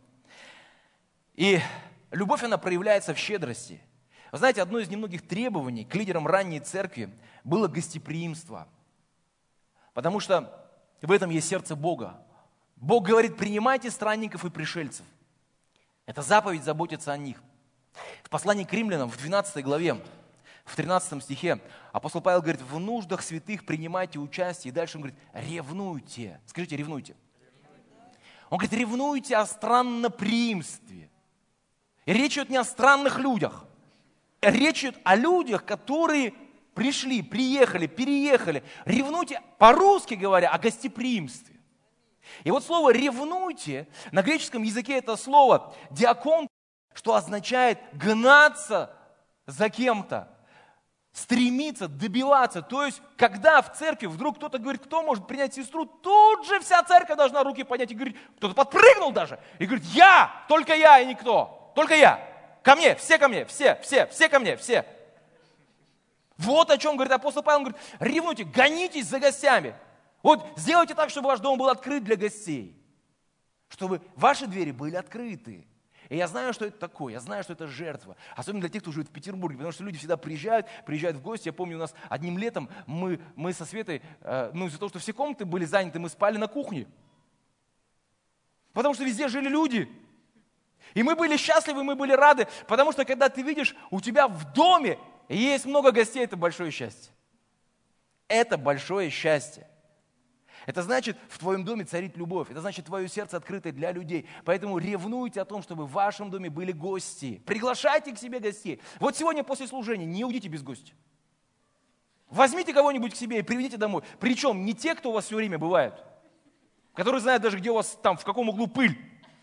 И любовь, она проявляется в щедрости. Вы знаете, одно из немногих требований к лидерам ранней церкви было гостеприимство. Потому что в этом есть сердце Бога. Бог говорит, принимайте странников и пришельцев. Это заповедь заботиться о них. В послании к римлянам, в 12 главе, в 13 стихе, апостол Павел говорит, в нуждах святых принимайте участие. И дальше он говорит, ревнуйте. Скажите, ревнуйте. Он говорит, ревнуйте о странноприимстве. И речь идет не о странных людях. Речь идет о людях, которые пришли, приехали, переехали. Ревнуйте, по-русски говоря, о гостеприимстве. И вот слово «ревнуйте» на греческом языке это слово «диакон», что означает гнаться за кем-то, стремиться, добиваться. То есть, когда в церкви вдруг кто-то говорит, кто может принять сестру, тут же вся церковь должна руки поднять и говорить, кто-то подпрыгнул даже, и говорит, только я и никто, только я. Ко мне, все ко мне, все ко мне, все. Вот о чем говорит апостол Павел, он говорит, ревнуйте, гонитесь за гостями. Вот сделайте так, чтобы ваш дом был открыт для гостей. Чтобы ваши двери были открыты. И я знаю, что это такое, я знаю, что это жертва. Особенно для тех, кто живет в Петербурге, потому что люди всегда приезжают в гости. Я помню, у нас одним летом мы со Светой, из-за того, что все комнаты были заняты, мы спали на кухне. Потому что везде жили люди. И мы были счастливы, мы были рады, потому что когда ты видишь, у тебя в доме есть много гостей, это большое счастье. Это большое счастье. Это значит, в твоем доме царит любовь. Это значит, твое сердце открыто для людей. Поэтому ревнуйте о том, чтобы в вашем доме были гости. Приглашайте к себе гостей. Вот сегодня после служения не уйдите без гостя. Возьмите кого-нибудь к себе и приведите домой. Причем не те, кто у вас все время бывают, которые знают даже, где у вас там, в каком углу пыль,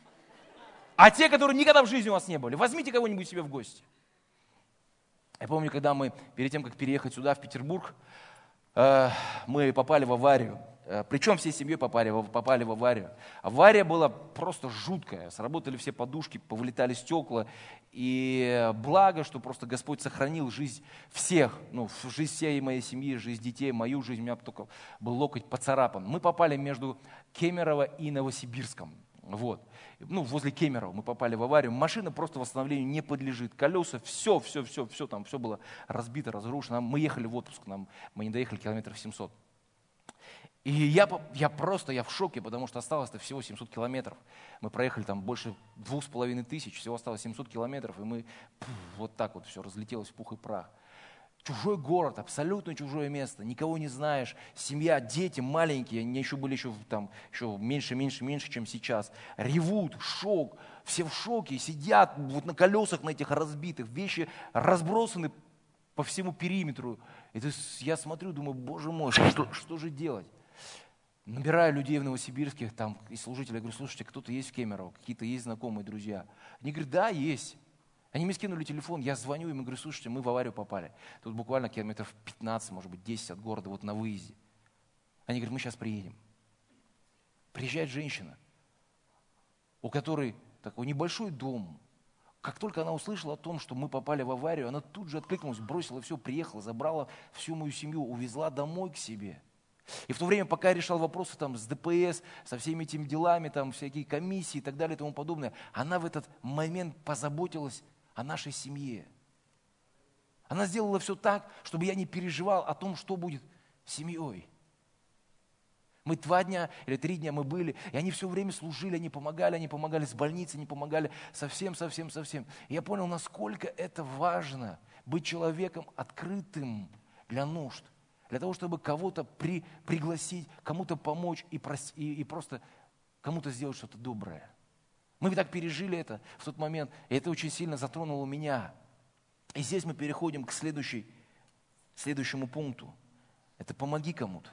а те, которые никогда в жизни у вас не были. Возьмите кого-нибудь себе в гости. Я помню, когда мы, перед тем, как переехать сюда, в Петербург, мы попали в аварию. Причем всей семьей попали в аварию. Авария была просто жуткая. Сработали все подушки, повылетали стекла. И благо, что просто Господь сохранил жизнь всех, жизнь всей моей семьи, жизнь детей, мою жизнь. У меня только был локоть поцарапан. Мы попали между Кемерово и Новосибирском. Возле Кемерово мы попали в аварию. Машина просто восстановлению не подлежит. Колеса, все там, все было разбито, разрушено. Мы ехали в отпуск, мы не доехали километров 700. И я в шоке, потому что осталось-то всего 700 километров. Мы проехали там больше 2500, всего осталось 700 километров, и мы вот так вот все разлетелось в пух и прах. Чужой город, абсолютно чужое место, никого не знаешь, семья, дети маленькие, они еще были еще меньше, чем сейчас. Ревут, шок, все в шоке, сидят вот на колесах на этих разбитых, вещи разбросаны по всему периметру. И я смотрю, думаю, боже мой, что же делать? Набираю людей в Новосибирске, там, и служителей, я говорю, слушайте, кто-то есть в Кемерово, какие-то есть знакомые, друзья. Они говорят, да, есть. Они мне скинули телефон, я звоню им и говорю, слушайте, мы в аварию попали. Тут буквально километров 15, может быть, 10 от города, вот на выезде. Они говорят, мы сейчас приедем. Приезжает женщина, у которой такой небольшой дом. Как только она услышала о том, что мы попали в аварию, она тут же откликнулась, бросила все, приехала, забрала всю мою семью, увезла домой к себе. И в то время, пока я решал вопросы там, с ДПС, со всеми этими делами, там, всякие комиссии и так далее и тому подобное, она в этот момент позаботилась о нашей семье. Она сделала все так, чтобы я не переживал о том, что будет с семьей. Мы 2 дня или 3 дня мы были, и они все время служили, они помогали с больницы, они помогали совсем. И я понял, насколько это важно быть человеком открытым для нужд, для того, чтобы кого-то пригласить, кому-то помочь и просто кому-то сделать что-то доброе. Мы так пережили это в тот момент, и это очень сильно затронуло меня. И здесь мы переходим к следующему пункту. Это помоги кому-то.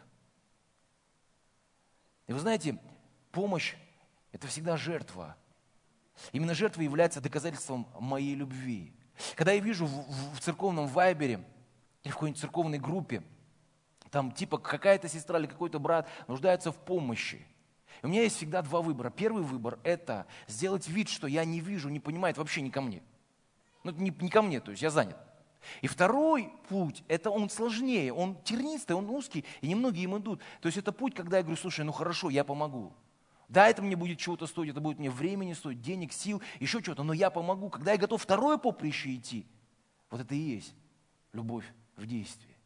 И вы знаете, помощь – это всегда жертва. Именно жертва является доказательством моей любви. Когда я вижу в церковном вайбере или в какой-нибудь церковной группе, там типа какая-то сестра или какой-то брат нуждается в помощи. И у меня есть всегда два выбора. Первый выбор – это сделать вид, что я не вижу, не понимаю, это вообще не ко мне. Ну, не ко мне, то есть я занят. И второй путь, это он сложнее, он тернистый, он узкий, и немногие им идут. То есть это путь, когда я говорю, слушай, ну хорошо, я помогу. Да, это мне будет чего-то стоить, это будет мне времени стоить, денег, сил, еще чего-то, но я помогу. Когда я готов второе поприще идти, вот это и есть любовь в действии.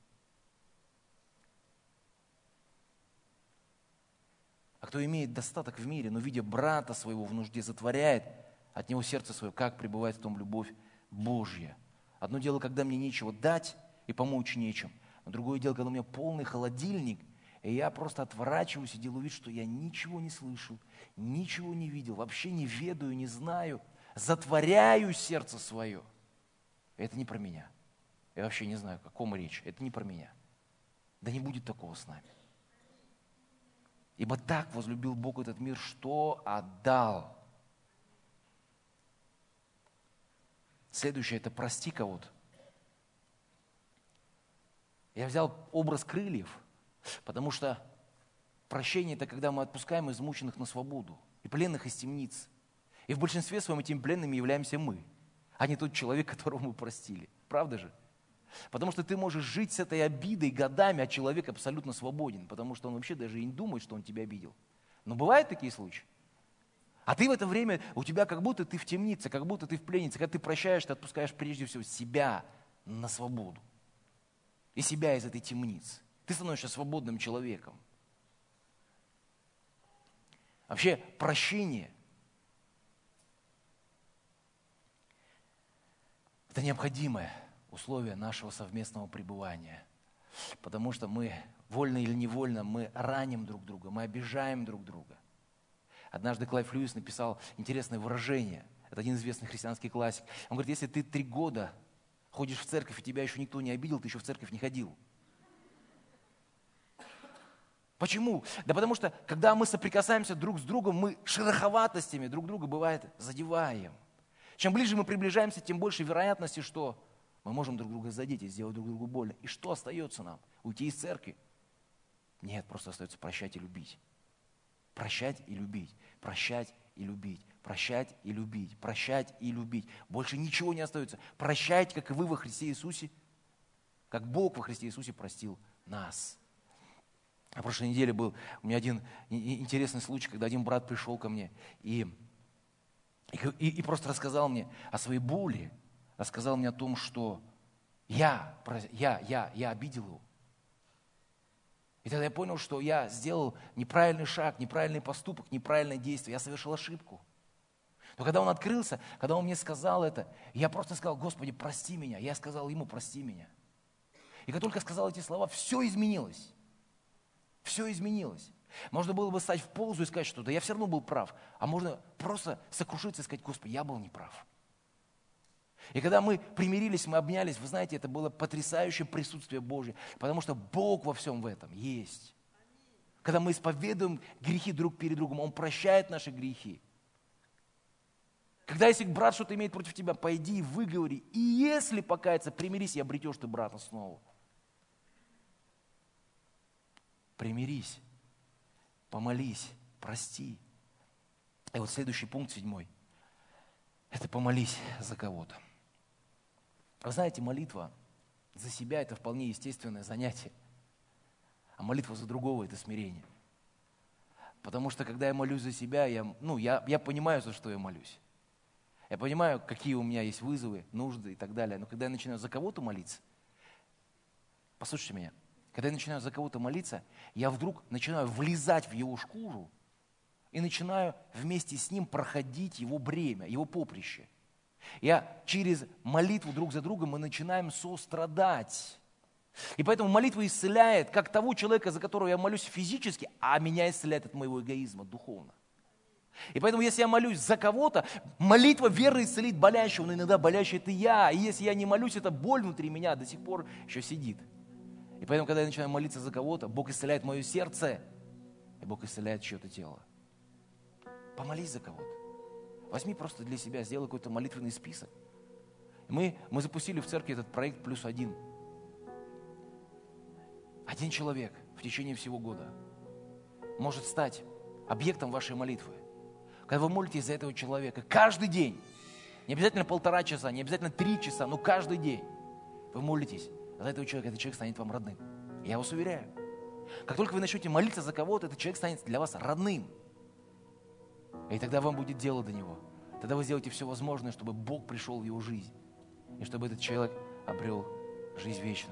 А кто имеет достаток в мире, но видя брата своего в нужде, затворяет от него сердце свое, как пребывает в том любовь Божья. Одно дело, когда мне нечего дать и помочь нечем. Но другое дело, когда у меня полный холодильник, и я просто отворачиваюсь и делаю вид, что я ничего не слышал, ничего не видел, вообще не ведаю, не знаю, затворяю сердце свое. Это не про меня. Я вообще не знаю, о каком речь. Это не про меня. Да не будет такого с нами. Ибо так возлюбил Бог этот мир, что отдал. Следующее – это прости кого-то. Я взял образ крыльев, потому что прощение – это когда мы отпускаем измученных на свободу и пленных из темниц. И в большинстве своем этими пленными являемся мы, а не тот человек, которого мы простили. Правда же? Потому что ты можешь жить с этой обидой годами, а человек абсолютно свободен, потому что он вообще даже и не думает, что он тебя обидел. Но бывают такие случаи. А ты в это время, у тебя как будто ты в темнице, как будто ты в пленнице. Когда ты прощаешь, ты отпускаешь прежде всего себя на свободу. И себя из этой темницы. Ты становишься свободным человеком. Вообще, прощение – это необходимое условие нашего совместного пребывания. Потому что мы, вольно или невольно, мы раним друг друга, мы обижаем друг друга. Однажды Клайв Льюис написал интересное выражение. Это один известный христианский классик. Он говорит, если ты 3 года ходишь в церковь, и тебя еще никто не обидел, ты еще в церковь не ходил. Почему? Да потому что, когда мы соприкасаемся друг с другом, мы шероховатостями друг друга, бывает, задеваем. Чем ближе мы приближаемся, тем больше вероятности, что мы можем друг друга задеть и сделать друг другу больно. И что остается нам? Уйти из церкви? Нет, просто остается прощать и любить. Прощать и любить, прощать и любить, прощать и любить, прощать и любить. Больше ничего не остается. Прощайте, как и вы во Христе Иисусе, как Бог во Христе Иисусе простил нас. На прошлой неделе был у меня один интересный случай, когда один брат пришел ко мне и просто рассказал мне о своей боли, рассказал мне о том, что я обидел его. И тогда я понял, что я сделал неправильный шаг, неправильный поступок, неправильное действие. Я совершил ошибку. Но когда он открылся, когда он мне сказал это, я просто сказал, Господи, прости меня. Я сказал ему, прости меня. И как только сказал эти слова, все изменилось. Все изменилось. Можно было бы стать в позу и сказать, что да я все равно был прав. А можно просто сокрушиться и сказать, Господи, я был неправ. И когда мы примирились, мы обнялись, вы знаете, это было потрясающее присутствие Божье, потому что Бог во всем в этом есть. Когда мы исповедуем грехи друг перед другом, Он прощает наши грехи. Когда если брат что-то имеет против тебя, пойди и выговори. И если покаяться, примирись, и обретешь ты брата снова. Примирись, помолись, прости. И вот следующий пункт, 7, это помолись за кого-то. Вы знаете, молитва за себя – это вполне естественное занятие. А молитва за другого – это смирение. Потому что, когда я молюсь за себя, я понимаю, за что я молюсь. Я понимаю, какие у меня есть вызовы, нужды и так далее. Но когда я начинаю за кого-то молиться, послушайте меня, когда я начинаю за кого-то молиться, я вдруг начинаю влезать в его шкуру и начинаю вместе с ним проходить его бремя, его поприще. Через молитву друг за другом мы начинаем сострадать. И поэтому молитва исцеляет, как того человека, за которого я молюсь физически, а меня исцеляет от моего эгоизма духовно. И поэтому, если я молюсь за кого-то, молитва веры исцелит болящего, но иногда болящий это я. И если я не молюсь, эта боль внутри меня до сих пор еще сидит. И поэтому, когда я начинаю молиться за кого-то, Бог исцеляет мое сердце, и Бог исцеляет чье-то тело. Помолись за кого-то. Возьми просто для себя, сделай какой-то молитвенный список. Мы запустили в церкви этот проект +1. Один человек в течение всего года может стать объектом вашей молитвы. Когда вы молитесь за этого человека каждый день, не обязательно 1,5 часа, не обязательно 3 часа, но каждый день вы молитесь за этого человека, этот человек станет вам родным. Я вас уверяю. Как только вы начнете молиться за кого-то, этот человек станет для вас родным. И тогда вам будет дело до него. Тогда вы сделаете все возможное, чтобы Бог пришел в его жизнь. И чтобы этот человек обрел жизнь вечную.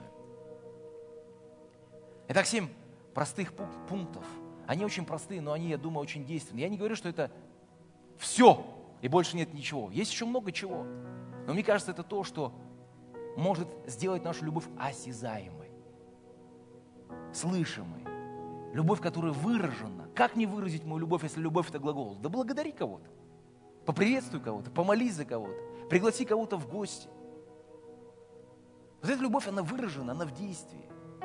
Итак, 7 простых пунктов. Они очень простые, но они, я думаю, очень действенные. Я не говорю, что это все, и больше нет ничего. Есть еще много чего. Но мне кажется, это то, что может сделать нашу любовь осязаемой, слышимой. Любовь, которая выражена. Как не выразить мою любовь, если любовь – это глагол? Да благодари кого-то. Поприветствуй кого-то, помолись за кого-то, пригласи кого-то в гости. Вот эта любовь, она выражена, она в действии.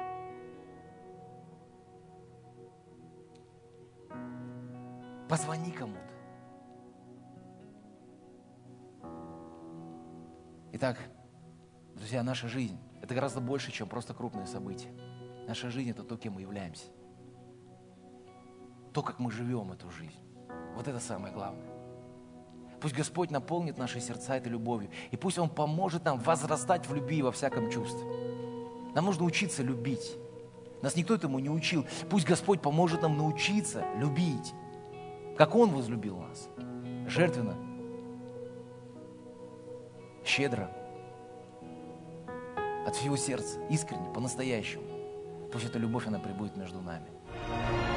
Позвони кому-то. Итак, друзья, наша жизнь – это гораздо больше, чем просто крупные события. Наша жизнь – это то, кем мы являемся. То, как мы живем эту жизнь. Вот это самое главное. Пусть Господь наполнит наши сердца этой любовью. И пусть Он поможет нам возрастать в любви во всяком чувстве. Нам нужно учиться любить. Нас никто этому не учил. Пусть Господь поможет нам научиться любить, как Он возлюбил нас. Жертвенно, щедро, от всего сердца, искренне, по-настоящему. Пусть эта любовь, она пребудет между нами.